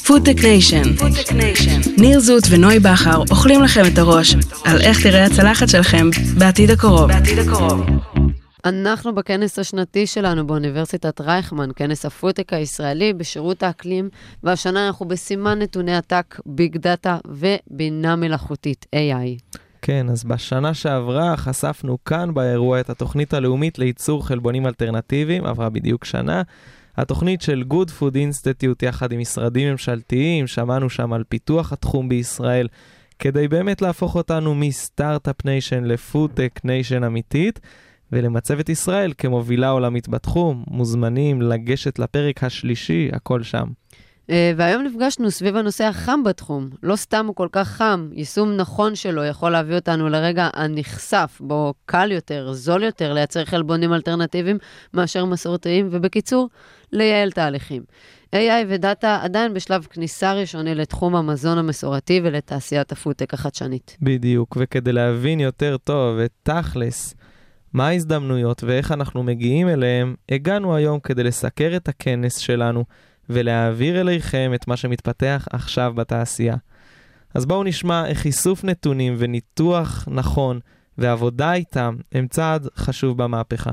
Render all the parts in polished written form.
פודטק ניישן. ניר זוט ונוי בחר אוכלים לכם את הראש על איך תראה הצלחת שלכם בעתיד הקרוב. אנחנו בכנס השנתי שלנו באוניברסיטת רייכמן, כנס הפודטק הישראלי בשירות האקלים, והשנה אנחנו בסימן נתוני עתק, ביג דאטה ובינה מלאכותית, AI. כן, אז בשנה שעברה חשפנו כאן באירוע את התוכנית הלאומית לייצור חלבונים אלטרנטיביים, עברה בדיוק שנה. התוכנית של Good Food Institute יחד עם משרדים ממשלתיים, שמענו שם על פיתוח התחום בישראל, כדי באמת להפוך אותנו מסטארט-אפ ניישן לפודטק ניישן אמיתית, ולמצב את ישראל כמובילה עולמית בתחום. מוזמנים לגשת לפרק השלישי, הכל שם. והיום נפגשנו סביב הנושא החם בתחום. לא סתם הוא כל כך חם, יישום נכון שלו יכול להביא אותנו לרגע הנחשף, בו קל יותר, זול יותר, לייצר חלבונים אלטרנטיביים מאשר מסורתיים, ובקיצור, לייעל תהליכים. AI ודאטה עדיין בשלב כניסה ראשוני לתחום המזון המסורתי ולתעשיית הפודטק החדשנית. בדיוק, וכדי להבין יותר טוב ותכלס מה ההזדמנויות ואיך אנחנו מגיעים אליהם, הגענו היום כדי לסקר את הכנס שלנו, ולהעביר אליכם את מה שמתפתח עכשיו בתעשייה. אז בואו נשמע איך איסוף נתונים וניתוח נכון ועבודה איתם הם צעד חשוב במהפכה.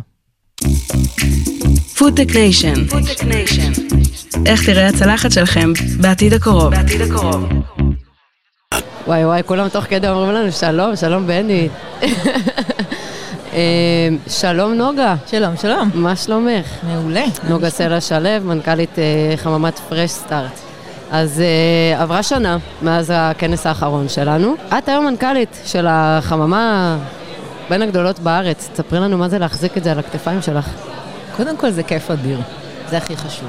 פודטק ניישן. איך תראה הצלחת שלכם בעתיד הקרוב. וואי, כולם תוך כדי אומרים לנו שלום בני. שלום נוגה. שלום. מה שלומך? מעולה. נוגה סלע שלו, מנכ"לית חממת פרש סטארט. אז עברה שנה מאז הכנס האחרון שלנו. את היום מנכ"לית של החממה בין הגדולות בארץ. תספרי לנו מה זה להחזיק את זה על הכתפיים שלך. קודם כל זה כיף אדיר. זה הכי חשוב.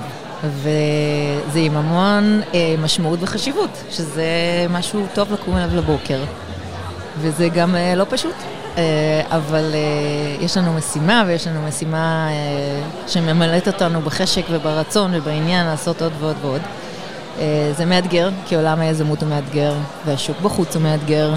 וזה עם המון משמעות וחשיבות, שזה משהו טוב לקום אליו לבוקר. וזה גם לא פשוט. אבל יש לנו משימה, ויש לנו משימה שממלאת אותנו בחשק וברצון ובעניין לעשות עוד ועוד ועוד. זה מאתגר, כי עולם היזמות הוא מאתגר, והשוק בחוץ הוא מאתגר,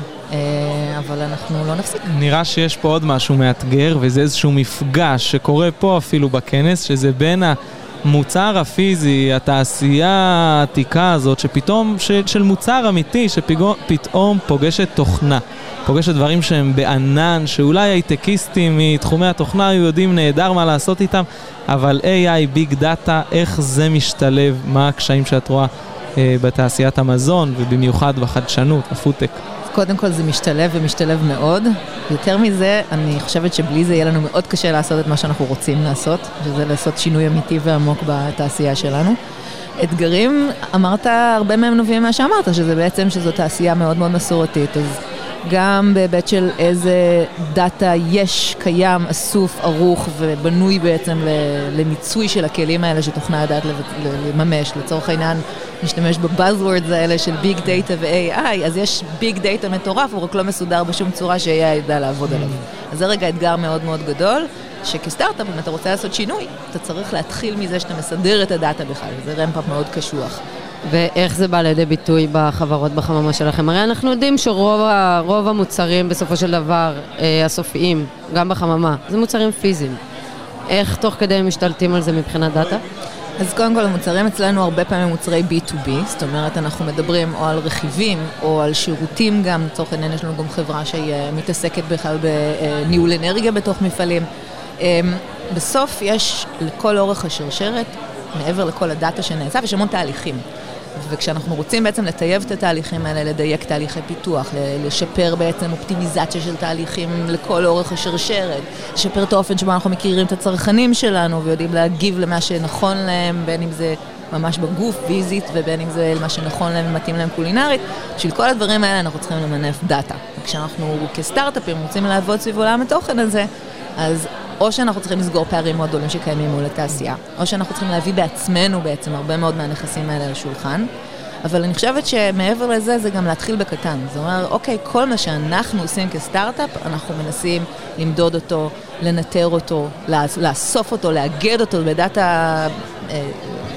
אבל אנחנו לא נפסיק. נראה שיש פה עוד משהו מאתגר, וזה איזשהו מפגש שקורה פה אפילו בכנס, שזה בין המוצר הפיזי, התעשייה העתיקה הזאת, שפתאום, של מוצר אמיתי, שפתאום פוגשת תוכנה. פוגשת דברים שהם בענן, שאולי הייטקיסטים מתחומי התוכנה היו יודעים נהדר מה לעשות איתם, אבל AI, ביג דאטה, איך זה משתלב, מה הקשיים שאת רואה בתעשיית המזון, ובמיוחד בחדשנות, הפודטק? קודם כל זה משתלב ומשתלב מאוד. יותר מזה, אני חושבת שבלי זה יהיה לנו מאוד קשה לעשות את מה שאנחנו רוצים לעשות, שזה לעשות שינוי אמיתי ועמוק בתעשייה שלנו. אתגרים, אמרת, הרבה מהם נובעים מה שאמרת, שזה בעצם שזו תעשייה מאוד מאוד מסורתית, אז גם בהיבט של איזה דאטה יש, קיים, אסוף, ערוך ובנוי בעצם למיצוי של הכלים האלה שתוכנה יודעת לממש. לצורך העניין, נשתמש בבאזוורדס האלה של ביג דאטה ו-AI, אז יש ביג דאטה מטורף, הוא רק לא מסודר בשום צורה ש-AI ידע לעבוד עליו. אז זה רגע אתגר מאוד מאוד גדול, שכסטארט-אפ, אם אתה רוצה לעשות שינוי, אתה צריך להתחיל מזה שאתה מסדר את הדאטה בכלל, זה רמפ-אפ מאוד קשוח. ואיך זה בא לידי ביטוי בחברות בחממה שלכם? הרי אנחנו יודעים שרוב המוצרים בסופו של דבר הסופיים, גם בחממה, זה מוצרים פיזיים. איך תוך כדי משתלטים על זה מבחינת דאטה? אז קודם כל המוצרים אצלנו הרבה פעמים מוצרי B2B, זאת אומרת אנחנו מדברים או על רכיבים או על שירותים גם, לצורך העניין יש לנו גם חברה שהיא מתעסקת בכלל בניהול אנרגיה בתוך מפעלים. בסוף יש לכל אורך השרשרת, מעבר לכל הדאטה שנעשה, ויש המון תהליכים. וכשאנחנו רוצים בעצם לטייב את התהליכים האלה, לדייק תהליכי פיתוח, לשפר בעצם אופטימיזציה של תהליכים לכל אורך השרשרת, לשפר את האופן שבו אנחנו מכירים את הצרכנים שלנו ויודעים להגיב למה שנכון להם, בין אם זה ממש בגוף, פיזית, ובין אם זה מה שנכון להם ומתאים להם קולינרית. בשביל כל הדברים האלה אנחנו צריכים למנף דאטה. וכשאנחנו כסטארט-אפים רוצים לעבוד סביב עולם התוכן הזה, אז או שאנחנו צריכים לסגור פערים מאוד גדולים שקיימים מול התעשייה, או שאנחנו צריכים להביא בעצמנו בעצם הרבה מאוד מהנכסים האלה לשולחן, אבל אני חושבת שמעבר לזה זה גם להתחיל בקטן. זאת אומרת, אוקיי, כל מה שאנחנו עושים כסטארט-אפ, אנחנו מנסים למדוד אותו, לנטר אותו, לאסוף אותו, לאגד אותו בדאטה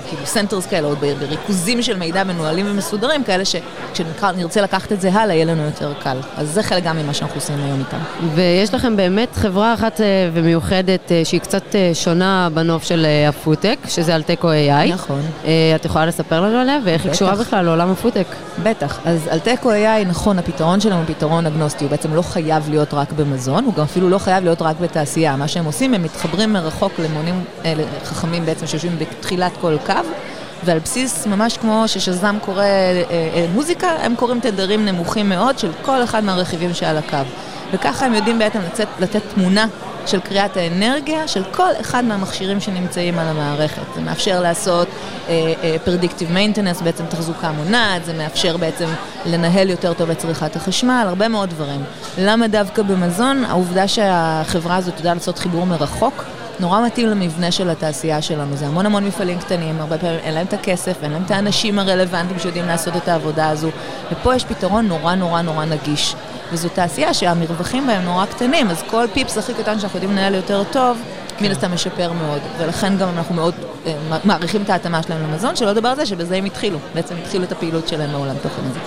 כאילו סנטרס כאלה, או בריכוזים של מידע מנוהלים ומסודרים, כאלה שכשנרצה לקחת את זה הלאה, יהיה לנו יותר קל. אז זה חלק גם ממה שאנחנו עושים היום איתם. ויש לכם באמת חברה אחת ומיוחדת שהיא קצת שונה בנוף של הפודטק, שזה אלטקו AI. נכון. את יכולה לספר לנו עליה, ואיך היא קשורה בכלל לעולם הפודטק? בטח. אז אלטקו AI, נכון, הפתרון שלנו הוא פתרון אגנוסטי, הוא בעצם לא חייב להיות רק במזון, הוא גם אפילו לא חייב להיות רק בתעשייה. מה שהם עושים, הם מתחברים מרחוק למונים חכמים בעצם שיושבים בתחילת כל קו, ועל בסיס ממש כמו ששזם קורא מוזיקה, הם קוראים תדרים נמוכים מאוד של כל אחד מהרכיבים שעל הקו. וככה הם יודעים בעצם לתת תמונה של קריאת האנרגיה של כל אחד מהמכשירים שנמצאים על המערכת. זה מאפשר לעשות predictive maintenance, בעצם תחזוקה מונעת, זה מאפשר בעצם לנהל יותר טוב את צריכת החשמל, הרבה מאוד דברים. למה דווקא במזון? העובדה שהחברה הזאת יודעה לעשות חיבור מרחוק, נורא מתאים למבנה של התעשייה שלנו. זה המון מפעלים קטנים, הרבה פעמים אין להם את הכסף, אין להם את האנשים הרלוונטיים שיודעים לעשות את העבודה הזו. ופה יש פתרון נורא נגיש. וזו תעשייה שהמרווחים בהם נורא קטנים, אז כל פיפס הכי קטן שאנחנו יודעים לנהל יותר טוב, מן הסתם משפר מאוד. ולכן גם אנחנו מאוד מעריכים את ההתאמה שלהם למזון, שלא דבר זה שבזה הם התחילו. בעצם התחילו את הפעילות שלהם מעולם תוכן הזה.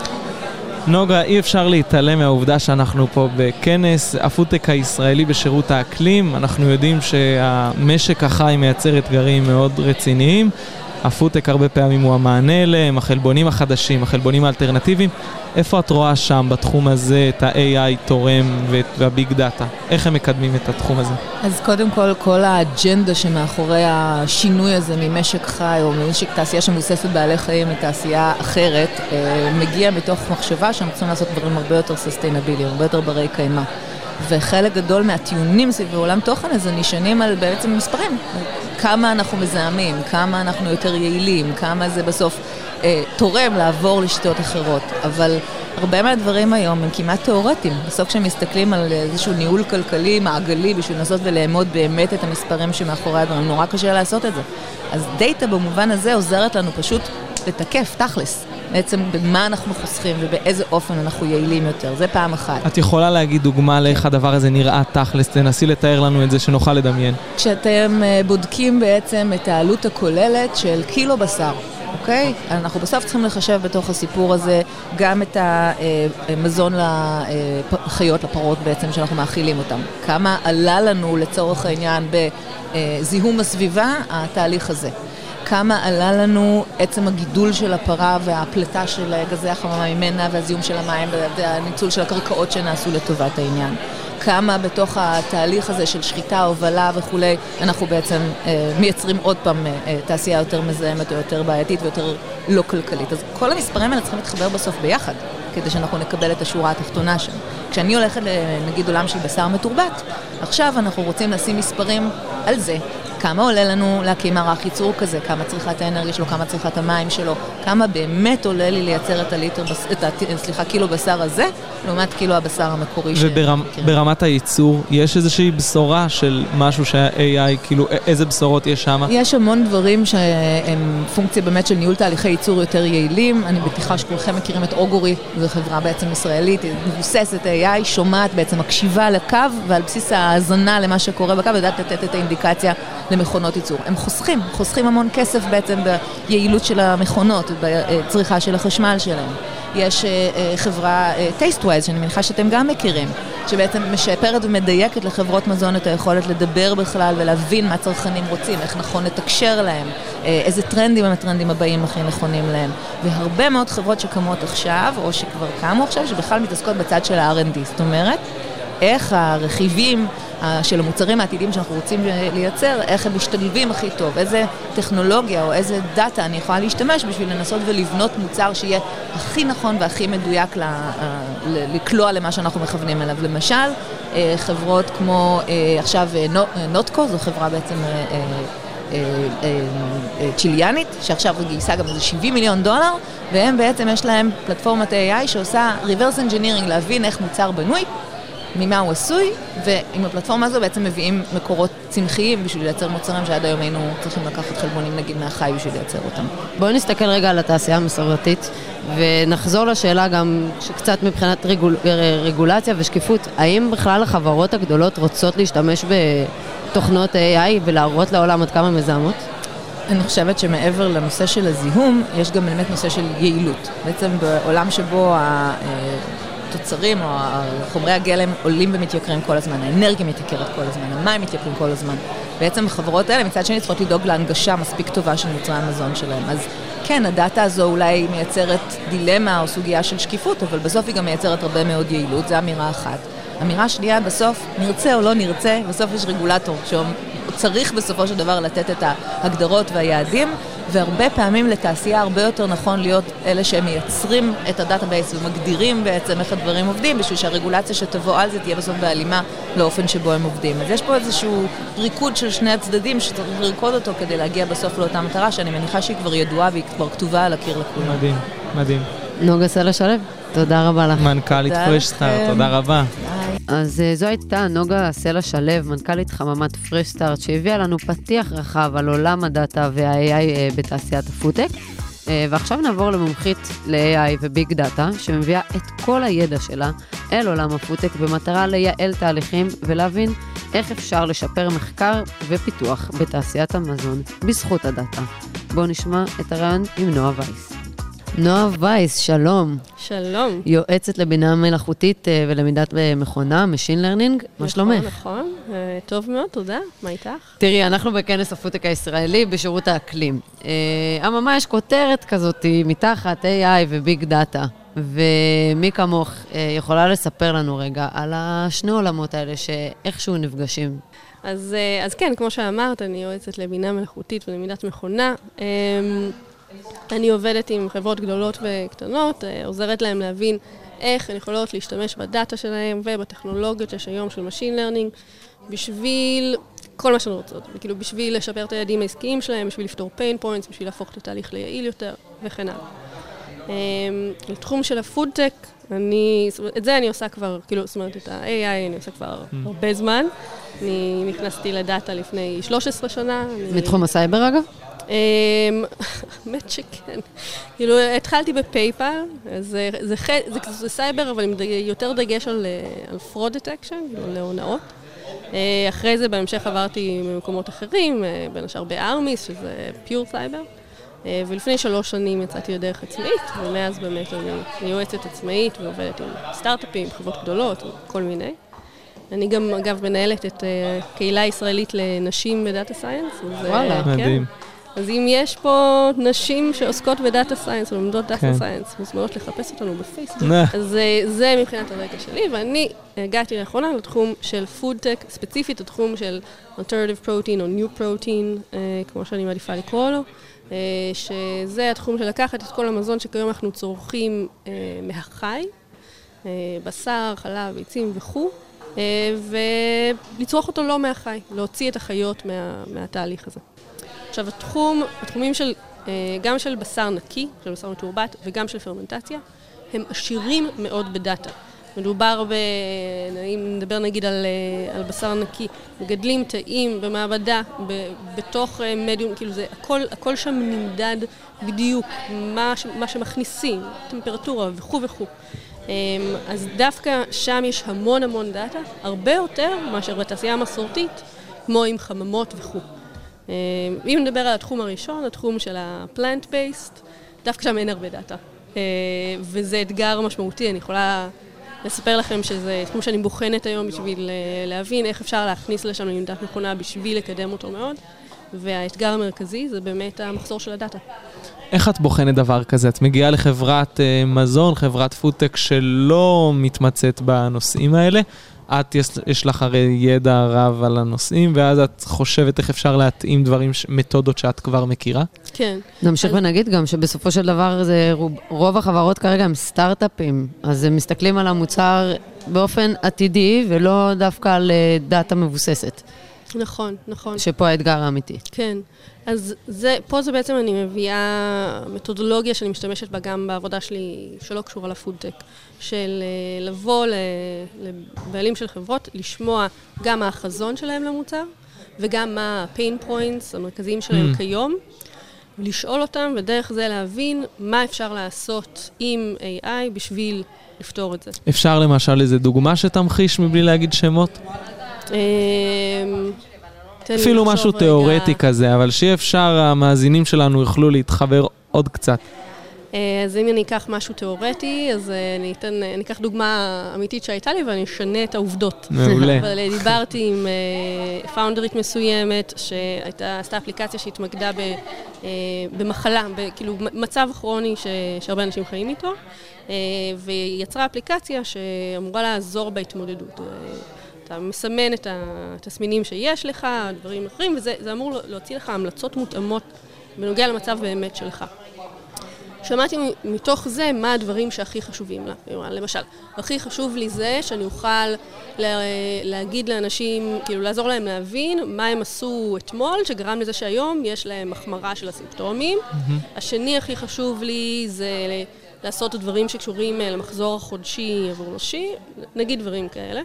נוגה, אי אפשר להתעלם מהעובדה שאנחנו פה בכנס הפודטק הישראלי בשירות האקלים. אנחנו יודעים שהמשק החי מייצר אתגרים מאוד רציניים. הפודטק הרבה פעמים הוא המענה אליהם, החלבונים החדשים, החלבונים האלטרנטיביים. איפה את רואה שם בתחום הזה את ה-AI תורם והביג דאטה? איך הם מקדמים את התחום הזה? אז קודם כל האג'נדה שמאחורי השינוי הזה ממשק חי או ממשק תעשייה שמבוססת בעלי חיים לתעשייה אחרת, מגיע מתוך מחשבה שאנחנו צריכים לעשות דברים הרבה יותר ססטיינביליים, הרבה יותר ברי קיימא. וחלק גדול מהטיעונים סביב העולם תוכן הזה נשענים על בעצם מספרים. כמה אנחנו מזהמים, כמה אנחנו יותר יעילים, כמה זה בסוף תורם לעבור לשיטות אחרות. אבל הרבה מהדברים היום הם כמעט תיאורטיים. בסוף כשהם מסתכלים על איזשהו ניהול כלכלי, מעגלי, בשביל לנסות ולעמוד באמת את המספרים שמאחורי הדברים, נורא קשה לעשות את זה. אז דאטה במובן הזה עוזרת לנו פשוט לתקף, תכלס. בעצם במה אנחנו חוסכים ובאיזה אופן אנחנו יעילים יותר. זה פעם אחת. את יכולה להגיד דוגמה לאיך הדבר הזה נראה תכלס, תנסי לתאר לנו את זה שנוכל לדמיין. כשאתם בודקים בעצם את העלות הכוללת של קילו בשר, אוקיי? אנחנו בסוף צריכים לחשב בתוך הסיפור הזה גם את המזון לחיות, לפרות בעצם שאנחנו מאכילים אותם. כמה עלה לנו לצורך העניין בזיהום הסביבה התהליך הזה. כמה עלה לנו עצם הגידול של הפרה והפלטה של גזי החממה ממנה והזיהום של המים והניצול של הקרקעות שנעשו לטובת העניין. כמה בתוך התהליך הזה של שחיטה, הובלה וכולי, אנחנו בעצם מייצרים עוד פעם תעשייה יותר מזהמת או יותר בעייתית ויותר לא כלכלית. אז כל המספרים האלה צריכים להתחבר בסוף ביחד, כדי שאנחנו נקבל את השורה התחתונה שם. כשאני הולכת נגיד עולם של בשר מתורבת, עכשיו אנחנו רוצים לשים מספרים על זה. כמה עולה לנו להקים מערך ייצור כזה, כמה צריכת האנרגיה שלו, כמה צריכת המים שלו, כמה באמת עולה לי לייצר את קילו בשר הזה, לעומת קילו הבשר המקורי. וברמת הייצור, יש איזושהי בשורה של משהו שה-AI, כאילו איזה בשורות יש שם? יש המון דברים שהם פונקציה באמת של ניהול תהליכי ייצור יותר יעילים. אני בטוחה שכולכם מכירים את אוגורי, זו חברה בעצם ישראלית, מבוססת AI, שומעת בעצם מקשיבה לקו, ועל בסיס ההאזנה למה שקורה בקו, יודעת לתת את האינדיקציה למכונות ייצור. הם חוסכים המון כסף בעצם ביעילות של המכונות, בצריכה של החשמל שלהם. יש חברה TasteWise, שאני מניחה שאתם גם מכירים, שבעצם משפרת ומדייקת לחברות מזון את היכולת לדבר בכלל ולהבין מה צרכנים רוצים, איך נכון לתקשר להם, איזה טרנדים הם הטרנדים הבאים הכי נכונים להם. והרבה מאוד חברות שקמות עכשיו, או שכבר קמו עכשיו, שבכלל מתעסקות בצד של ה-R&D. זאת אומרת, איך הרכיבים של המוצרים העתידיים שאנחנו רוצים לייצר, איך הם משתלבים הכי טוב, איזה טכנולוגיה או איזה דאטה אני יכולה להשתמש בשביל לנסות ולבנות מוצר שיהיה הכי נכון והכי מדויק לקלוע למה שאנחנו מכוונים אליו. למשל, חברות כמו עכשיו נוטקו, זו חברה בעצם צ'יליאנית, שעכשיו גייסה גם איזה $70 מיליון, והם בעצם יש להם פלטפורמת AI שעושה reverse engineering, להבין איך מוצר בנוי, ממה הוא עשוי, ועם הפלטפורמה הזו בעצם מביאים מקורות צמחיים בשביל לייצר מוצרים שעד היום היינו צריכים לקחת חלבונים נגיד מהחי בשביל לייצר אותם. בואו נסתכל רגע על התעשייה המסורתית, ונחזור לשאלה גם שקצת מבחינת רגולציה ושקיפות, האם בכלל החברות הגדולות רוצות להשתמש בתוכנות AI ולהראות לעולם עד כמה מזהמות? אני חושבת שמעבר לנושא של הזיהום, יש גם באמת נושא של יעילות. בעצם בעולם שבו התוצרים או חומרי הגלם עולים ומתייקרים כל הזמן, האנרגיה מתייקרת כל הזמן, המים מתייקרים כל הזמן. בעצם החברות האלה מצד שני צריכות לדאוג להנגשה מספיק טובה של מוצרי המזון שלהם. אז כן, הדאטה הזו אולי מייצרת דילמה או סוגיה של שקיפות, אבל בסוף היא גם מייצרת הרבה מאוד יעילות, זו אמירה אחת. אמירה שנייה, בסוף, נרצה או לא נרצה, בסוף יש רגולטור שצריך בסופו של דבר לתת את ההגדרות והיעדים, והרבה פעמים לתעשייה הרבה יותר נכון להיות אלה שהם מייצרים את הדאטאבייס ומגדירים בעצם איך הדברים עובדים, בשביל שהרגולציה שתבוא על זה תהיה בסוף בהלימה לאופן שבו הם עובדים. אז יש פה איזשהו ריקוד של שני הצדדים שצריך לרקוד אותו כדי להגיע בסוף לאותה מטרה, שאני מניחה שהיא כבר ידועה והיא כבר כתובה על הקיר לכולם. מדהים, מדהים. נוגה סלע שלו, תודה רבה לך. מנכ"לית פרשסטארט, תודה רבה. אז זו הייתה נוגה סלע שלו, מנכ"לית חממת פרשסטארט, שהביאה לנו פתיח רחב על עולם הדאטה וה-AI בתעשיית הפודטק. ועכשיו נעבור למומחית ל-AI וביג דאטה, שמביאה את כל הידע שלה אל עולם הפודטק, במטרה לייעל תהליכים ולהבין איך אפשר לשפר מחקר ופיתוח בתעשיית המזון בזכות הדאטה. בואו נשמע את הרעיון עם נועה וייס. נועה וייס, שלום. שלום. יועצת לבינה מלאכותית ולמידת מכונה, Machine Learning. מה שלומך? נכון, טוב מאוד, תודה. מה איתך? תראי, אנחנו בכנס הפודטק הישראלי בשירות האקלים. אממה, יש כותרת כזאת מתחת AI וביג דאטה. ומי כמוך יכולה לספר לנו רגע על השני עולמות האלה שאיכשהו נפגשים? אז כן, כמו שאמרת, אני יועצת לבינה מלאכותית ולמידת מכונה. אני עובדת עם חברות גדולות וקטנות, עוזרת להם להבין איך הן יכולות להשתמש בדאטה שלהם ובטכנולוגיות שיש היום של Machine Learning בשביל כל מה שהן רוצות. כאילו בשביל לשפר את היעדים העסקיים שלהם, בשביל לפתור pain points, בשביל להפוך את התהליך ליעיל יותר וכן הלאה. לתחום של הפודטק, את זה אני עושה כבר, כאילו, זאת אומרת, את ה-AI אני עושה כבר הרבה זמן. אני נכנסתי לדאטה לפני 13 שנה. מתחום הסייבר אגב? האמת שכן. כאילו, התחלתי בפייפל, זה סייבר, אבל עם יותר דגש על fraud detection, להונאות. אחרי זה, בהמשך עברתי ממקומות אחרים, בין השאר בארמיס, שזה pure cyber. ולפני 3 שנים יצאתי לדרך עצמאית, ומאז באמת אני יועצת עצמאית ועובדת עם סטארט-אפים, חברות גדולות, כל מיני. אני גם, אגב, מנהלת את קהילה ישראלית לנשים בדאטה סיינס. וואלה, מדהים. אז אם יש פה נשים שעוסקות בדאטה סיינס, ולומדות דאטה סיינס, מוזמנות לחפש אותנו בפייסבוק. אז זה מבחינת הרקע שלי, ואני הגעתי לאחרונה לתחום של פודטק, ספציפית התחום של alternative protein או new protein, כמו שאני מעדיפה לקרוא לו, שזה התחום של לקחת את כל המזון שכיום אנחנו צורכים מהחי, בשר, חלב, ביצים וכו', ולצרוך אותו לא מהחי, להוציא את החיות מהתהליך הזה. עכשיו, התחומים של, גם של בשר נקי, של בשר מתורבת, וגם של פרמנטציה, הם עשירים מאוד בדאטה. מדובר אם נדבר נגיד על בשר נקי, מגדלים תאים במעבדה, בתוך מדיום, כאילו זה, הכל שם נמדד בדיוק, מה שמכניסים, טמפרטורה וכו' וכו'. אז דווקא שם יש המון דאטה, הרבה יותר מאשר בתעשייה המסורתית, כמו עם חממות וכו'. אם נדבר על התחום הראשון, התחום של ה-plant-based, דווקא שם אין הרבה דאטה. וזה אתגר משמעותי, אני יכולה לספר לכם שזה תחום שאני בוחנת היום בשביל להבין איך אפשר להכניס לשם למידת מכונה בשביל לקדם אותו מאוד, והאתגר המרכזי זה באמת המחסור של הדאטה. איך את בוחנת דבר כזה? את מגיעה לחברת מזון, חברת פודטק שלא מתמצאת בנושאים האלה, את יש לך הרי ידע רב על הנושאים, ואז את חושבת איך אפשר להתאים דברים, מתודות שאת כבר מכירה? כן. נמשיך ונגיד גם שבסופו של דבר זה רוב החברות כרגע הם סטארט-אפים, אז הם מסתכלים על המוצר באופן עתידי, ולא דווקא על דאטה מבוססת. נכון. שפה האתגר האמיתי. כן. אז פה זה בעצם אני מביאה מתודולוגיה שאני משתמשת בה גם בעבודה שלי שלא קשורה לפודטק, של לבוא לבעלים של חברות, לשמוע גם מה החזון שלהם למוצר, וגם מה ה-pain points המרכזיים שלהם כיום, ולשאול אותם, ודרך זה להבין מה אפשר לעשות עם AI בשביל לפתור את זה. אפשר למשל איזה דוגמה שתמחיש מבלי להגיד שמות? אפילו משהו תיאורטי כזה, אבל שיהיה אפשר, המאזינים שלנו יוכלו להתחבר עוד קצת. אז אם אני אקח משהו תיאורטי, אז אני אקח דוגמה אמיתית שהייתה לי, ואני אשנה את העובדות. מעולה. אבל דיברתי עם פאונדרית מסוימת, שעשתה אפליקציה שהתמקדה במחלה, כאילו מצב כרוני שהרבה אנשים חיים איתו, והיא יצרה אפליקציה שאמורה לעזור בהתמודדות. אתה מסמן את התסמינים שיש לך, דברים אחרים, וזה אמור להוציא לך המלצות מותאמות בנוגע למצב באמת שלך. שמעתי מתוך זה מה הדברים שהכי חשובים לה. למשל, הכי חשוב לי זה שאני אוכל להגיד לאנשים, כאילו לעזור להם להבין מה הם עשו אתמול, שגרם לזה שהיום יש להם החמרה של הסימפטומים. השני הכי חשוב לי זה לעשות דברים שקשורים למחזור החודשי עבור נשים, נגיד דברים כאלה.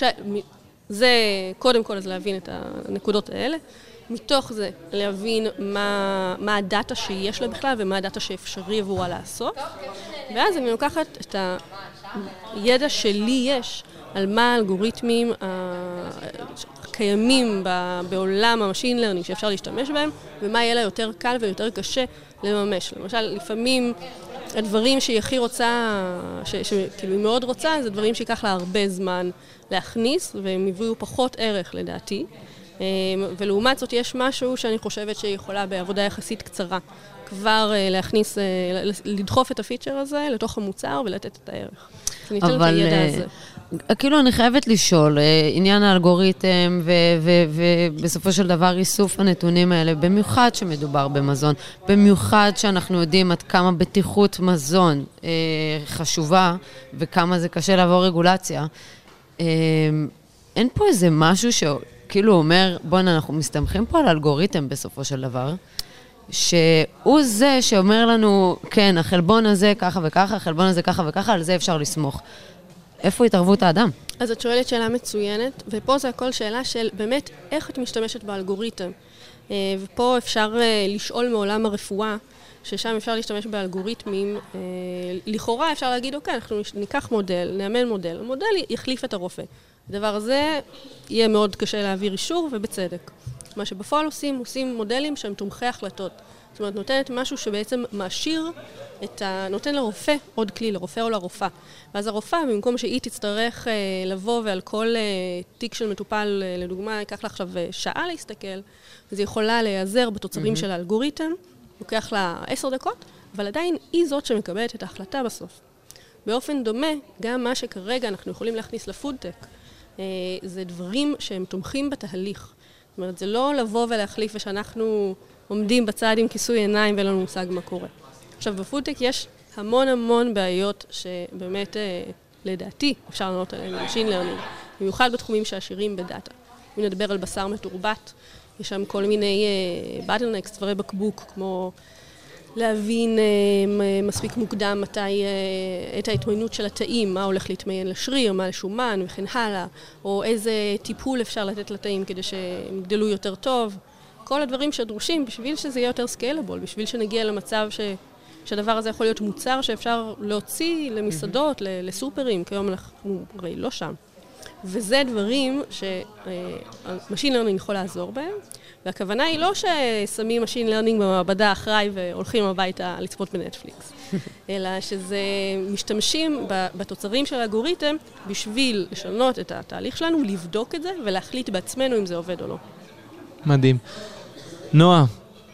זה קודם כל אז להבין את הנקודות האלה. מתוך זה להבין מה הדאטה שיש לה בכלל ומה הדאטה שאפשרי עבורה לעשות. ואז אני לוקחת את הידע שלי יש על מה האלגוריתמים הקיימים בעולם המשין לרנינג שאפשר להשתמש בהם, ומה יהיה לה יותר קל ויותר קשה לממש. למשל, לפעמים הדברים שהיא הכי רוצה, שכאילו היא מאוד רוצה, זה דברים שיקח לה הרבה זמן להכניס, והם יביאו פחות ערך לדעתי. ולעומת זאת יש משהו שאני חושבת שהיא יכולה בעבודה יחסית קצרה כבר להכניס, לדחוף את הפיצ'ר הזה לתוך המוצר ולתת את הערך. זה ניתן את הידע הזה. כאילו אני חייבת לשאול, עניין האלגוריתם ובסופו של דבר איסוף הנתונים האלה, במיוחד שמדובר במזון, במיוחד שאנחנו יודעים עד כמה בטיחות מזון חשובה וכמה זה קשה לעבור רגולציה, אין פה איזה משהו כאילו אומר, בוא'נה, אנחנו מסתמכים פה על אלגוריתם בסופו של דבר, שהוא זה שאומר לנו, כן, החלבון הזה ככה וככה, החלבון הזה ככה וככה, על זה אפשר לסמוך. איפה התערבות האדם? אז את שואלת שאלה מצוינת, ופה זה הכל שאלה של באמת איך את משתמשת באלגוריתם. ופה אפשר לשאול מעולם הרפואה, ששם אפשר להשתמש באלגוריתמים. לכאורה אפשר להגיד, אוקיי, אנחנו ניקח מודל, נאמן מודל. המודל יחליף את הרופא. הדבר הזה יהיה מאוד קשה להעביר אישור, ובצדק. מה שבפועל עושים מודלים שהם תומכי החלטות. זאת אומרת, נותנת משהו שבעצם מעשיר נותן לרופא עוד כלי, לרופא או לרופאה. ואז הרופאה, במקום שהיא תצטרך לבוא ועל כל תיק של מטופל, לדוגמה, ייקח לה עכשיו שעה להסתכל, אז היא יכולה להיעזר בתוצרים של האלגוריתם, לוקח לה 10 דקות, אבל עדיין היא זאת שמקבלת את ההחלטה בסוף. באופן דומה, גם מה שכרגע אנחנו יכולים להכניס לפודטק, זה דברים שהם תומכים בתהליך. זאת אומרת, זה לא לבוא ולהחליף ושאנחנו עומדים בצד עם כיסוי עיניים ואין לנו מושג מה קורה. עכשיו, בפודטק יש המון בעיות שבאמת, לדעתי, אפשר לענות עליהן משין לרנינג, במיוחד בתחומים שעשירים בדאטה. אם נדבר על בשר מתורבת, יש שם כל מיני bottlenecks, דברי בקבוק, כמו להבין מספיק מוקדם מתי את ההתמיינות של התאים, מה הולך להתמיין לשריר, מה לשומן וכן הלאה, או איזה טיפול אפשר לתת לתאים כדי שהם יגדלו יותר טוב. כל הדברים שדרושים בשביל שזה יהיה יותר סקיילבול, בשביל שנגיע למצב שהדבר הזה יכול להיות מוצר שאפשר להוציא למסעדות, לסופרים, כיום אנחנו הרי לא שם. וזה דברים שמשין לרנינג יכול לעזור בהם, והכוונה היא לא ששמים משין לרנינג במעבדה אחרי והולכים הביתה לצפות בנטפליקס, אלא שזה משתמשים בתוצרים של האלגוריתם בשביל לשנות את התהליך שלנו, לבדוק את זה ולהחליט בעצמנו אם זה עובד או לא. מדהים. נועה,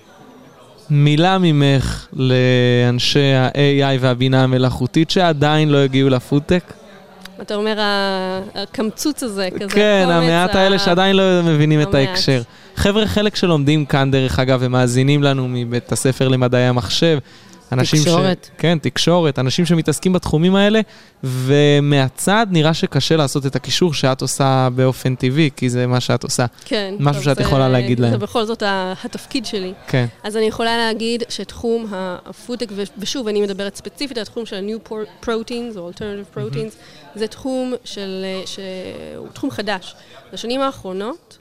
מילה ממך לאנשי ה-AI והבינה המלאכותית שעדיין לא הגיעו לפודטק? אתה אומר, הקמצוץ הזה, כזה. כן, המעט האלה שעדיין לא מבינים את ההקשר. חבר'ה, חלק שלומדים כאן, דרך אגב, ומאזינים לנו מבית הספר למדעי המחשב. תקשורת. כן, תקשורת. אנשים שמתעסקים בתחומים האלה, ומהצד נראה שקשה לעשות את הקישור שאת עושה באופן טבעי, כי זה מה שאת עושה. כן. משהו שאת יכולה להגיד להם. זה בכל זאת התפקיד שלי. כן. אז אני יכולה להגיד שתחום הפודטק, ושוב, אני מדברת ספציפית על התחום של ה-new proteins, או alternative proteins, זה תחום שהוא תחום חדש. בשנים האחרונות,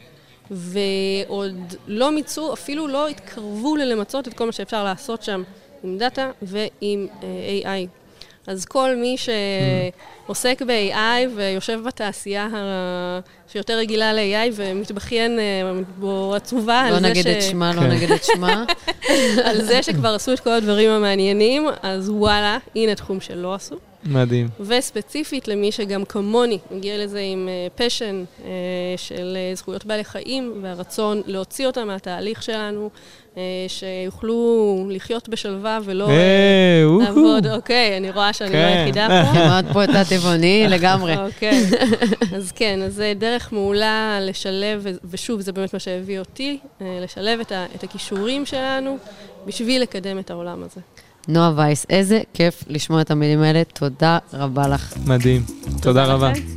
ועוד לא מיצו, אפילו לא התקרבו למצות את כל מה שאפשר לעשות שם עם דאטה ועם AI. אז כל מי שעוסק ב-AI ויושב בתעשייה שיותר רגילה ל-AI ומתבכיין בו עצובה על זה לא נגיד את שמה, לא נגיד את שמה. על זה שכבר עשו את כל הדברים המעניינים, אז וואלה, הנה תחום שלא עשו. מדהים. וספציפית למי שגם כמוני מגיע לזה עם פשן של זכויות בעלי חיים והרצון להוציא אותם מהתהליך שלנו, שיוכלו לחיות בשלווה ולא לעבוד. אוקיי, אני רואה שאני לא היחידה פה. מאוד פה את הטבעוני לגמרי. אוקיי, אז כן, אז זה דרך מעולה לשלב, ושוב, זה באמת מה שהביא אותי, לשלב את הכישורים שלנו בשביל לקדם את העולם הזה. נועה וייס, איזה כיף לשמוע את המילים האלה, תודה רבה לך. מדהים, תודה רבה. לכם.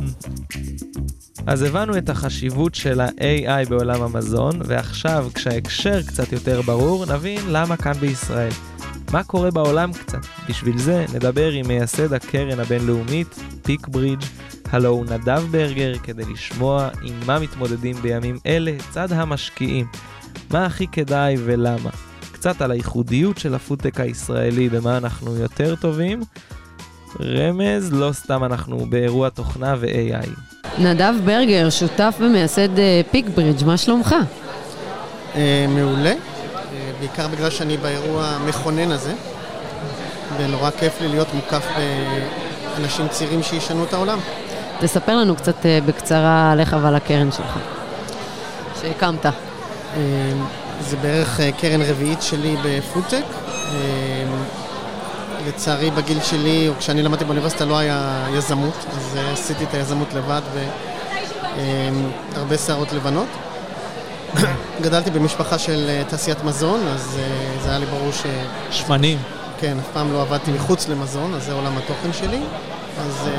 אז הבנו את החשיבות של ה-AI בעולם המזון, ועכשיו כשההקשר קצת יותר ברור, נבין למה כאן בישראל. מה קורה בעולם קצת? בשביל זה נדבר עם מייסד הקרן הבינלאומית, פיק ברידג', הלו הוא נדב ברגר, כדי לשמוע עם מה מתמודדים בימים אלה צד המשקיעים. מה הכי כדאי ולמה? קצת על הייחודיות של הפודטק הישראלי, במה אנחנו יותר טובים. רמז, לא סתם אנחנו באירוע תוכנה ו-AI. נדב ברגר, שותף ומייסד פיק ברידג', מה שלומך? מעולה, בעיקר בגלל שאני באירוע המכונן הזה, ונורא כיף לי להיות מוקף באנשים צעירים שישנו את העולם. תספר לנו קצת בקצרה עליך ועל הקרן שלך, שהקמת. זה בערך קרן רביעית שלי בפודטק. לצערי בגיל שלי, או כשאני למדתי באוניברסיטה, לא היה יזמות, אז עשיתי את היזמות לבד והרבה שערות לבנות. גדלתי במשפחה של תעשיית מזון, אז זה היה לי ברור שמנים. כן, אף פעם לא עבדתי מחוץ למזון, אז זה עולם התוכן שלי. אז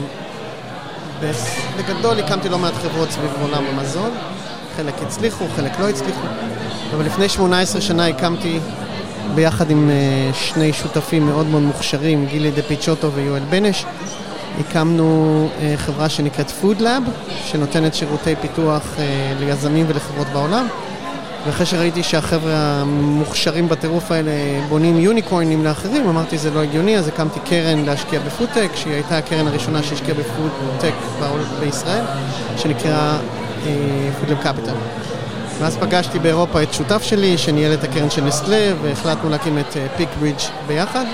בגדול הקמתי לא מעט חברות סביב עולם המזון. חלק הצליחו, חלק לא הצליחו. אבל לפני 18 שנה הקמתי ביחד עם שני שותפים מאוד מאוד מוכשרים, גילי דה פיצ'וטו ויואל בנש, הקמנו חברה שנקראת Food Lab, שנותנת שירותי פיתוח ליזמים ולחברות בעולם. ואחרי שראיתי שהחבר'ה המוכשרים בטירוף האלה בונים יוניקורנים לאחרים, אמרתי זה לא הגיוני, אז הקמתי קרן להשקיע בפודטק, שהיא הייתה הקרן הראשונה שהשקיעה בפודטק בישראל, שנקרא Food Lab Capital. ואז פגשתי באירופה את שותף שלי, שניהל את הקרן של נסטלה, והחלטנו להקים את פיק ברידג' ביחד.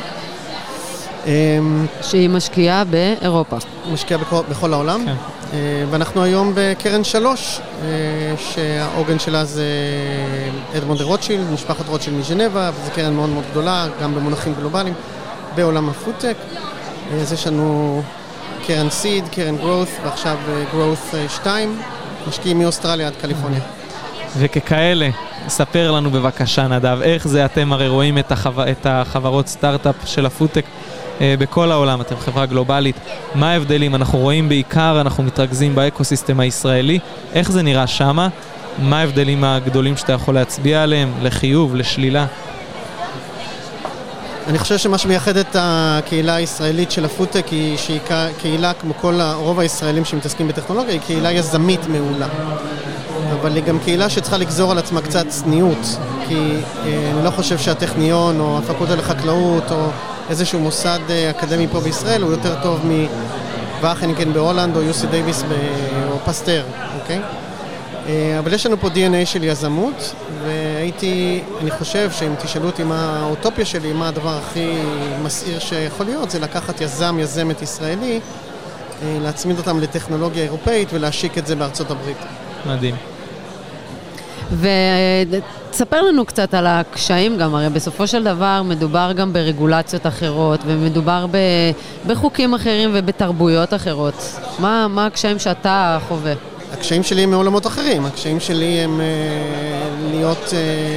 שהיא משקיעה באירופה. משקיעה בכל העולם. כן. ואנחנו היום בקרן 3, שהעוגן שלה זה אדמונד רוטשילד, משפחת רוטשילד מז'נבה, וזו קרן מאוד מאוד גדולה, גם במונחים גלובליים, בעולם הפודטק. אז יש לנו קרן סיד, קרן גרורת, ועכשיו גרורת 2, משקיעים מאוסטרליה עד קליפורניה. וככאלה, ספר לנו בבקשה נדב, איך זה אתם הרי רואים את החברות סטארט-אפ של הפודטק בכל העולם, אתם חברה גלובלית, מה ההבדלים? אנחנו רואים בעיקר, אנחנו מתרכזים באקוסיסטם הישראלי, איך זה נראה שמה? מה ההבדלים הגדולים שאתה יכול להצביע עליהם, לחיוב, לשלילה? אני חושב שמה שמייחד את הקהילה הישראלית של הפודטק היא שהיא קהילה כמו כל רוב הישראלים שמתעסקים בטכנולוגיה, היא קהילה יזמית מעולה. אבל היא גם קהילה שצריכה לגזור על עצמה קצת צניעות, כי אני לא חושב שהטכניון או הפקולטה לחקלאות או איזשהו מוסד אקדמי פה בישראל הוא יותר טוב מוואחניקן בהולנד או יוסי דייביס או פסטר, אוקיי? אבל יש לנו פה DNA של יזמות, אני חושב שאם תשאלו אותי מה האוטופיה שלי, מה הדבר הכי מסעיר שיכול להיות, זה לקחת יזמת ישראלי, להצמיד אותם לטכנולוגיה אירופאית ולהשיק את זה בארצות הברית. מדהים. ותספר לנו קצת על הקשיים גם, הרי בסופו של דבר מדובר גם ברגולציות אחרות, ומדובר בחוקים אחרים ובתרבויות אחרות. מה הקשיים שאתה חווה? הקשיים שלי הם מעולמות אחרים. הקשיים שלי הם להיות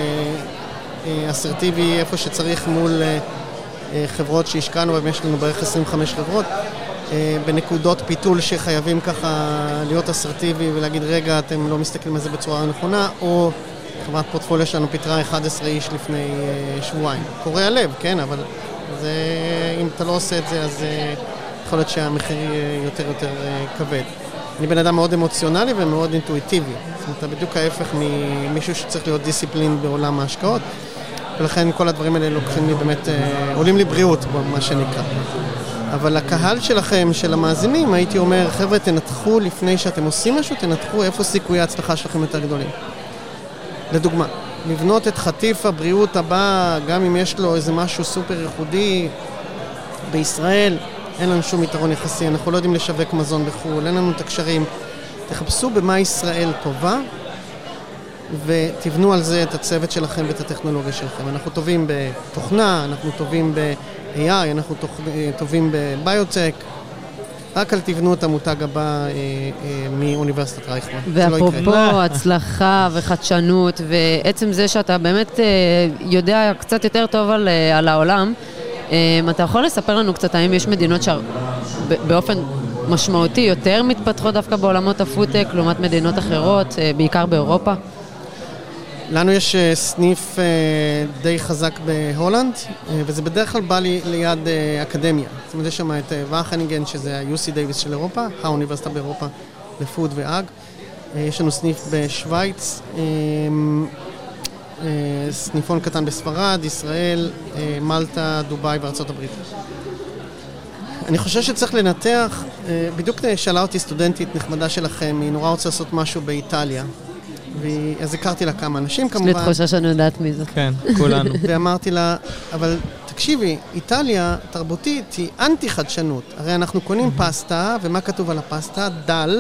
אסרטיבי איפה שצריך מול חברות שהשקענו, ויש לנו בערך 25 חברות, בנקודות פיתול שחייבים ככה להיות אסרטיבי ולהגיד רגע אתם לא מסתכלים על זה בצורה נכונה, או חברת פורטפוליו שלנו פיתרה 11 איש לפני שבועיים. קורא הלב, כן, אבל זה, אם אתה לא עושה את זה אז יכול להיות שהמחיר יותר כבד. אני בן אדם מאוד אמוציונלי ומאוד אינטואיטיבי. זאת אומרת, אתה בדיוק ההפך ממישהו שצריך להיות דיסציפלין בעולם ההשקעות, ולכן כל הדברים האלה לוקחים לי באמת, עולים לי בריאות, מה שנקרא. אבל לקהל שלכם, של המאזינים, הייתי אומר, חבר'ה, תנתחו לפני שאתם עושים משהו, תנתחו איפה סיכויי ההצלחה שלכם יותר גדולים. לדוגמה, לבנות את חטיף הבריאות הבא, גם אם יש לו איזה משהו סופר ייחודי בישראל, אין לנו שום יתרון יחסי, אנחנו לא יודעים לשווק מזון בחו"ל, אין לנו את הקשרים. תחפשו במה ישראל טובה, ותבנו על זה את הצוות שלכם ואת הטכנולוגיה שלכם. אנחנו טובים בתוכנה, אנחנו טובים ב-AI, אנחנו טובים בביוטק, רק אל תבנו את המותג הבא מאוניברסיטת רייכמן. ואפרופו הצלחה וחדשנות, ועצם זה שאתה באמת יודע קצת יותר טוב על העולם, אתה יכול לספר לנו קצת האם יש מדינות שבאופן משמעותי יותר מתפתחות דווקא בעולמות הפודטק, לעומת מדינות אחרות, בעיקר באירופה? לנו יש סניף די חזק בהולנד, וזה בדרך כלל בא לי ליד אקדמיה. זאת אומרת, יש שם את ואחניגן, שזה ה-UC דייוויס של אירופה, האוניברסיטה באירופה לפוד ואג. יש לנו סניף בשוויץ, סניפון קטן בספרד, ישראל, מלטה, דובאי וארצות הברית. אני חושב שצריך לנתח, בדיוק שאלה אותי סטודנטית נחמדה שלכם, היא נורא רוצה לעשות משהו באיטליה. אז הכרתי לה כמה אנשים כמובן. יש לי תחושה שאני יודעת מי זה. כן, כולנו. ואמרתי לה, אבל תקשיבי, איטליה תרבותית היא אנטי חדשנות. הרי אנחנו קונים פסטה, ומה כתוב על הפסטה? דל,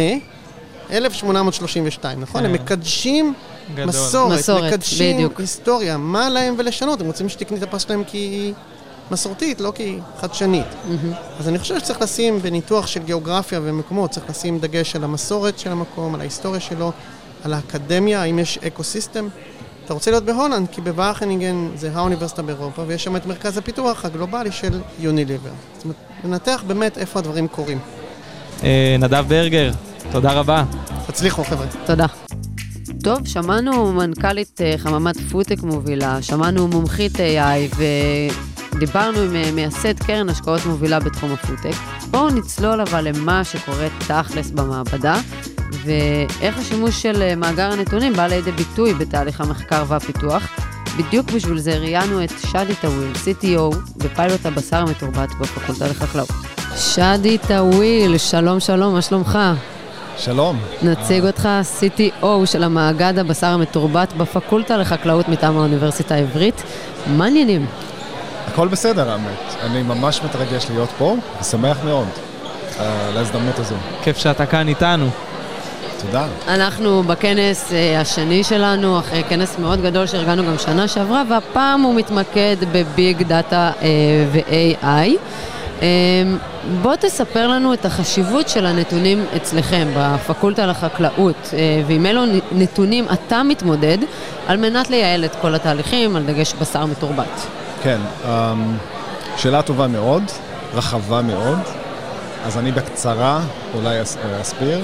1832, נכון? הם מקדשים מסורת, מקדשים היסטוריה. מה להם ולשנות? הם רוצים שתקני את הפסטה להם כי היא מסורתית, לא כי היא חדשנית. אז אני חושב שצריך לשים בניתוח של גיאוגרפיה ומקומות, צריך לשים דגש על המסורת של המקום, על ההיסטוריה שלו, על האקדמיה, האם יש אקוסיסטם. אתה רוצה להיות בהולנד, כי בוואחניגן זה האוניברסיטה באירופה, ויש שם את מרכז הפיתוח הגלובלי של יוניליבר. זאת אומרת, ננתח באמת איפה הדברים קורים. נדב ברגר, תודה רבה. תצליחו, חבר'ה. תודה. טוב, שמענו מנכ"לית חממת פודטק מובילה, שמענו מומחית AI ודיברנו עם מייסד קרן השקעות מובילה בתחום הפודטק. בואו נצלול אבל למה שקורה תכלס במעבדה, ואיך השימוש של מאגר הנתונים בא לידי ביטוי בתהליך המחקר והפיתוח. בדיוק בשביל זה ראיינו את שדי טוויל, CTO בפיילוט הבשר המתורבת בפקולטה לחקלאות. שדי טוויל, שלום שלום, מה שלומך? שלום. נציג אותך CTO של המאגד הבשר המתורבת בפקולטה לחקלאות מטעם האוניברסיטה העברית. מה עניינים? הכל בסדר, האמת. אני ממש מתרגש להיות פה, ושמח מאוד להזדמנות הזו. כיף שאתה כאן איתנו. תודה. אנחנו בכנס השני שלנו, אחרי כנס מאוד גדול שארגנו גם שנה שעברה, והפעם הוא מתמקד בביג דאטה ו-AI. בוא תספר לנו את החשיבות של הנתונים אצלכם בפקולטה לחקלאות, ועם אלו נתונים אתה מתמודד על מנת לייעל את כל התהליכים על דגש בשר מתורבת. כן, שאלה טובה מאוד, רחבה מאוד, אז אני בקצרה אולי אסביר.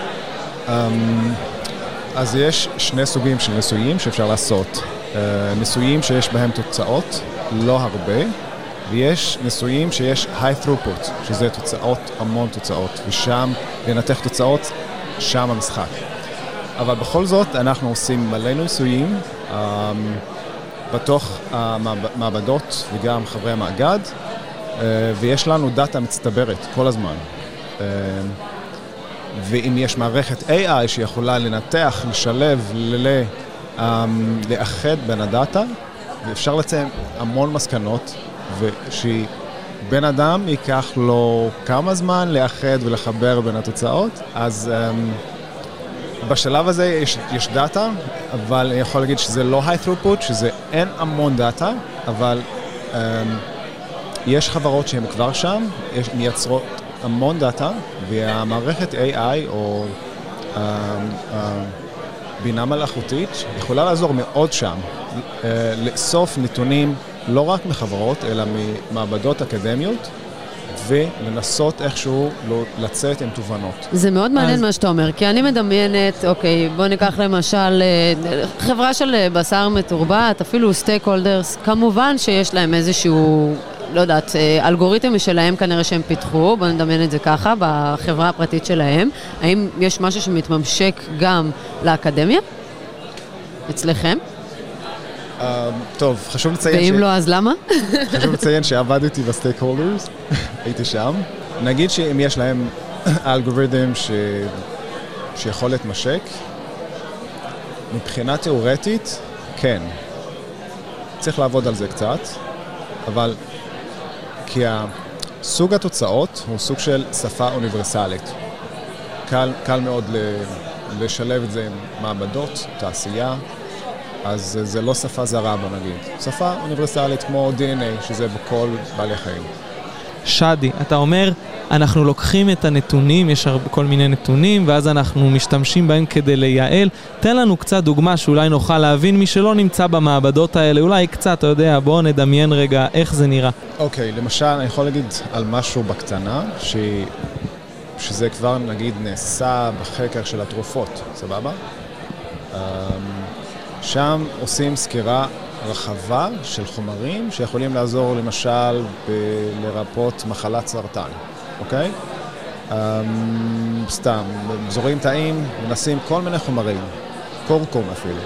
אז יש שני סוגים של ניסויים שאפשר לעשות. ניסויים שיש בהם תוצאות, לא הרבה, ויש ניסויים שיש high throughput, שזה תוצאות, המון תוצאות, ושם לנתח תוצאות, שם המשחק. אבל בכל זאת אנחנו עושים מלא ניסויים בתוך המעבדות וגם חברי המאגד, ויש לנו דאטה מצטברת כל הזמן. ואם יש מערכת AI שיכולה לנתח, לשלב, לאחד בין הדאטה, ואפשר לציין המון מסקנות, ושבן אדם ייקח לו כמה זמן לאחד ולחבר בין התוצאות. אז בשלב הזה יש דאטה, אבל אני יכול להגיד שזה לא high throughput, שזה אין המון דאטה, אבל יש חברות שהן כבר שם, מייצרות המון דאטה, והמערכת AI או בינה מלאכותית יכולה לעזור מאוד שם, לאסוף נתונים לא רק מחברות, אלא ממעבדות אקדמיות, ולנסות איכשהו לצאת עם תובנות. זה מאוד מעניין מה שאתה אומר, כי אני מדמיינת, אוקיי, בוא ניקח למשל חברה של בשר מתורבת, אפילו סטייק הולדרס, כמובן שיש להם איזשהו, לא יודעת, אלגוריתם משלהם כנראה שהם פיתחו, בוא נדמיין את זה ככה, בחברה הפרטית שלהם. האם יש משהו שמתממשק גם לאקדמיה? אצלכם? טוב, חשוב לציין ואם לא, אז למה? חשוב לציין שעבדתי בסטייק הולדרס, הייתי שם. נגיד שאם יש להם אלגוריתם שיכול להתמשק, מבחינה תיאורטית, כן. צריך לעבוד על זה קצת, אבל כי סוג התוצאות הוא סוג של שפה אוניברסלית. קל מאוד לשלב את זה עם מעבדות, תעשייה, אז זה לא שפה זרה, בוא נגיד. שפה אוניברסלית כמו DNA, שזה בכל בעלי חיים. שדי, אתה אומר, אנחנו לוקחים את הנתונים, יש כל מיני נתונים, ואז אנחנו משתמשים בהם כדי לייעל. תן לנו קצת דוגמה שאולי נוכל להבין מי שלא נמצא במעבדות האלה, אולי קצת, אתה יודע, בואו נדמיין רגע איך זה נראה. אוקיי, למשל, אני יכול להגיד על משהו בקטנה, שזה כבר נגיד נעשה בחקר של התרופות, סבבה? שם עושים סקירה רחבה של חומרים שיכולים לעזור למשל לרפות מחלת סרטן, אוקיי? סתם, זורים תאים, מנסים כל מיני חומרים, קורקום אפילו.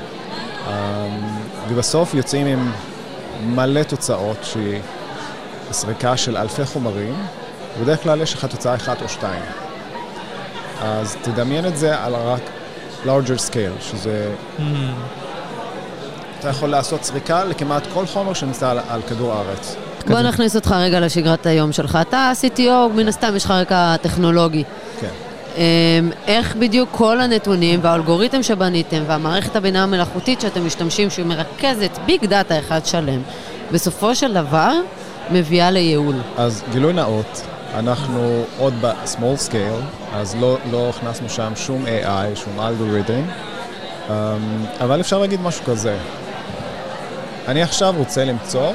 ובסוף יוצאים עם מלא תוצאות שהיא סריקה של אלפי חומרים, ובדרך כלל יש לך תוצאה אחת או שתיים. אז תדמיין את זה על רק larger scale, שזה... אתה יכול לעשות סריקה לכמעט כל חומר שנמצא על כדור הארץ. בוא נכניס אותך רגע לשגרת היום שלך. אתה CTO, מן הסתם יש לך רקע טכנולוגי. כן. איך בדיוק כל הנתונים והאלגוריתם שבניתם והמערכת הבינה המלאכותית שאתם משתמשים, שהיא מרכזת ביג דאטה אחד שלם, בסופו של דבר מביאה לייעול? אז גילוי נאות, אנחנו עוד ב-small scale, אז לא הכנסנו שם שום AI, שום אלגוריתם, אבל אפשר להגיד משהו כזה. אני עכשיו רוצה למצוא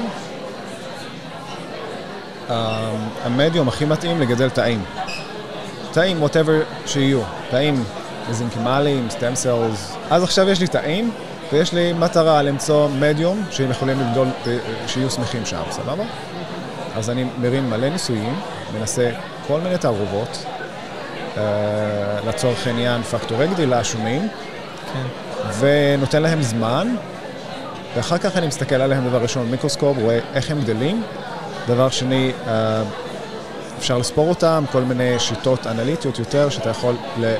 המדיום הכי מתאים לגדל תאים. תאים, whatever שיהיו. תאים מזנקמליים, stem cells. אז עכשיו יש לי תאים, ויש לי מטרה למצוא מדיום שהם יכולים לגדול, שיהיו שמחים שם, סבבה? אז אני מרים מלא ניסויים, מנסה כל מיני תערובות, לצורך עניין פקטורי גדילה שונים, ונותן להם זמן, ואחר כך אני מסתכל עליהם דבר ראשון, מיקרוסקופ, רואה איך הם גדלים. דבר שני, אפשר לספור אותם, כל מיני שיטות אנליטיות יותר, שאתה יכול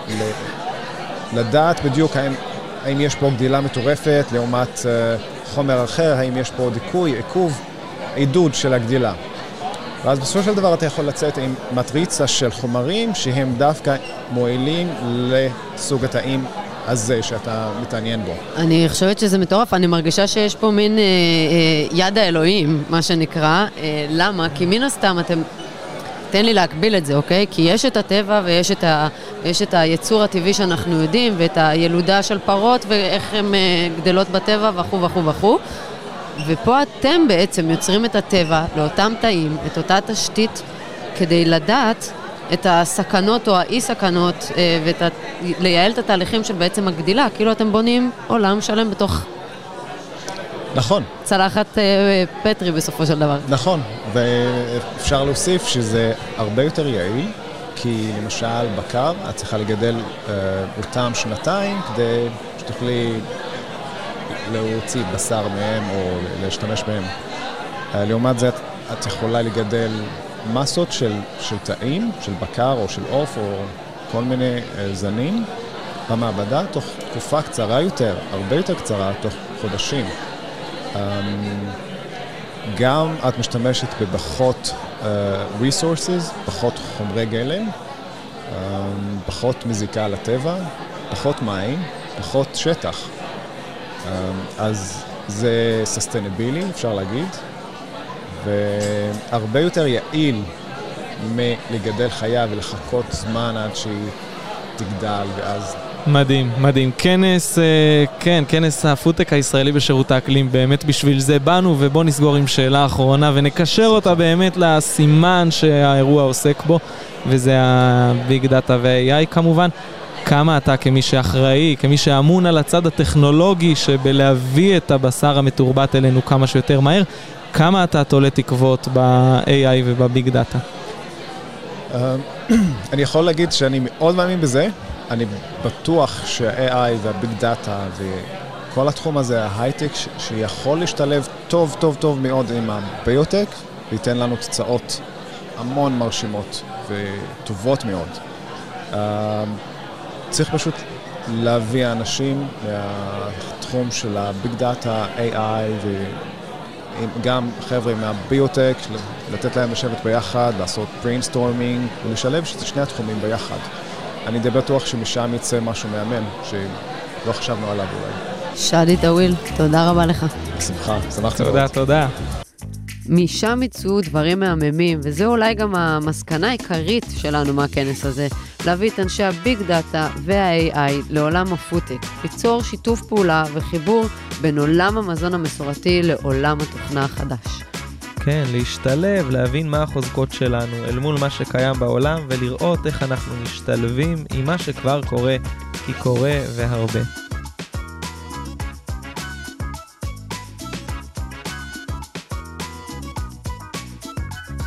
לדעת בדיוק האם יש פה גדילה מטורפת, לעומת חומר אחר, האם יש פה דיכוי, עיכוב, עידוד של הגדילה. ואז בסופו של דבר אתה יכול לצאת עם מטריצה של חומרים שהם דווקא מועילים לסוג התאים הזה שאתה מתעניין בו. אני חושבת שזה מטורף, אני מרגישה שיש פה מין יד האלוהים, מה שנקרא. למה? כי מן הסתם תן לי להקביל את זה, אוקיי? כי יש את הטבע ויש את היצור הטבעי שאנחנו יודעים, ואת הילודה של פרות ואיך הן גדלות בטבע וכו' וכו' וכו'. ופה אתם בעצם יוצרים את הטבע לאותם תאים, את אותה תשתית, כדי לדעת את הסכנות או האי-סכנות, ולייעל את התהליכים של בעצם הגדילה. כאילו אתם בונים עולם שלם בתוך... נכון. צלחת פטרי בסופו של דבר. נכון, ואפשר להוסיף שזה הרבה יותר יעיל, כי למשל בקר את צריכה לגדל אותם שנתיים כדי שתוכלי להוציא בשר מהם או להשתמש בהם. לעומת זה את יכולה לגדל מסות של תאים, של בקר או של עוף או כל מיני זנים במעבדה תוך תקופה קצרה יותר, הרבה יותר קצרה, תוך חודשים. גם את משתמשת בפחות resources, פחות חומרי גלם, פחות מזיקה לטבע, פחות מים, פחות שטח. אז זה ססטנבילי, אפשר להגיד, והרבה יותר יעיל מלגדל חיה ולחכות זמן עד שהיא תגדל ואז... מדהים, מדהים. כנס הפודטק הישראלי בשירות האקלים, באמת בשביל זה באנו, ובוא נסגור עם שאלה אחרונה ונקשר אותה באמת לסימן שהאירוע עוסק בו, וזה הביג דאטה וה-AI כמובן. כמה אתה כמי שאחראי, כמי שאמון על הצד הטכנולוגי שבלהביא את הבשר המתורבת אלינו כמה שיותר מהר, כמה אתה תולה תקוות ב-AI ובביג דאטה? אני יכול להגיד שאני מאוד מאמין בזה. אני בטוח שה-AI והביג דאטה כל התחום הזה, ההייטק, שיכול להשתלב טוב, טוב, טוב מאוד עם הביוטק, וייתן לנו תוצאות המון מרשימות וטובות מאוד. צריך פשוט להביא אנשים מהתחום של הביג דאטה, AI, וגם חבר'ה מהביוטק, לתת להם לשבת ביחד, לעשות brainstorming, ולשלב שני התחומים ביחד. אני די בטוח שמשם יצא משהו מאמן, שלא חשבנו עליו אולי. שאדי טוויל, תודה רבה לך. בשמחה, שמחתי מאוד. תודה. משם יצאו דברים מהממים, וזה אולי גם המסקנה העיקרית שלנו מהכנס הזה, להביא את אנשי הביג דאטה וה-AI לעולם הפודטק, ליצור שיתוף פעולה וחיבור בין עולם המזון המסורתי לעולם התוכנה החדש. כן, להשתלב, להבין מה החוזקות שלנו אל מול מה שקיים בעולם, ולראות איך אנחנו משתלבים עם מה שכבר קורה, כי קורה והרבה.